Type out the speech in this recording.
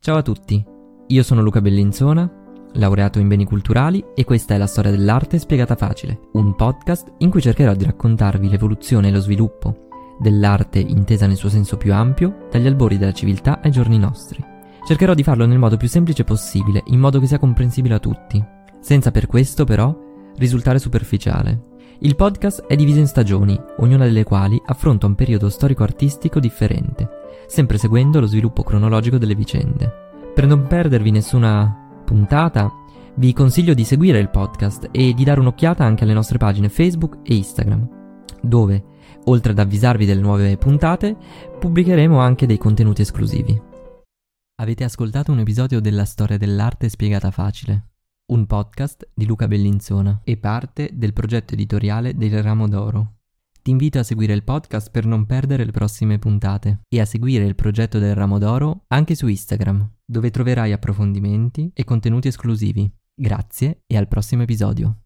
Ciao a tutti, io sono Luca Bellinzona, laureato in beni culturali e questa è la storia dell'arte spiegata facile, un podcast in cui cercherò di raccontarvi l'evoluzione e lo sviluppo dell'arte intesa nel suo senso più ampio, dagli albori della civiltà ai giorni nostri. Cercherò di farlo nel modo più semplice possibile, in modo che sia comprensibile a tutti, senza per questo però risultare superficiale. Il podcast è diviso in stagioni, ognuna delle quali affronta un periodo storico-artistico differente, sempre seguendo lo sviluppo cronologico delle vicende. Per non perdervi nessuna puntata, vi consiglio di seguire il podcast e di dare un'occhiata anche alle nostre pagine Facebook e Instagram, dove, oltre ad avvisarvi delle nuove puntate, pubblicheremo anche dei contenuti esclusivi. Avete ascoltato un episodio della storia dell'arte spiegata facile, un podcast di Luca Bellinzona e parte del progetto editoriale del Ramo d'Oro. Ti invito a seguire il podcast per non perdere le prossime puntate e a seguire il progetto del Ramo d'Oro anche su Instagram, dove troverai approfondimenti e contenuti esclusivi. Grazie e al prossimo episodio.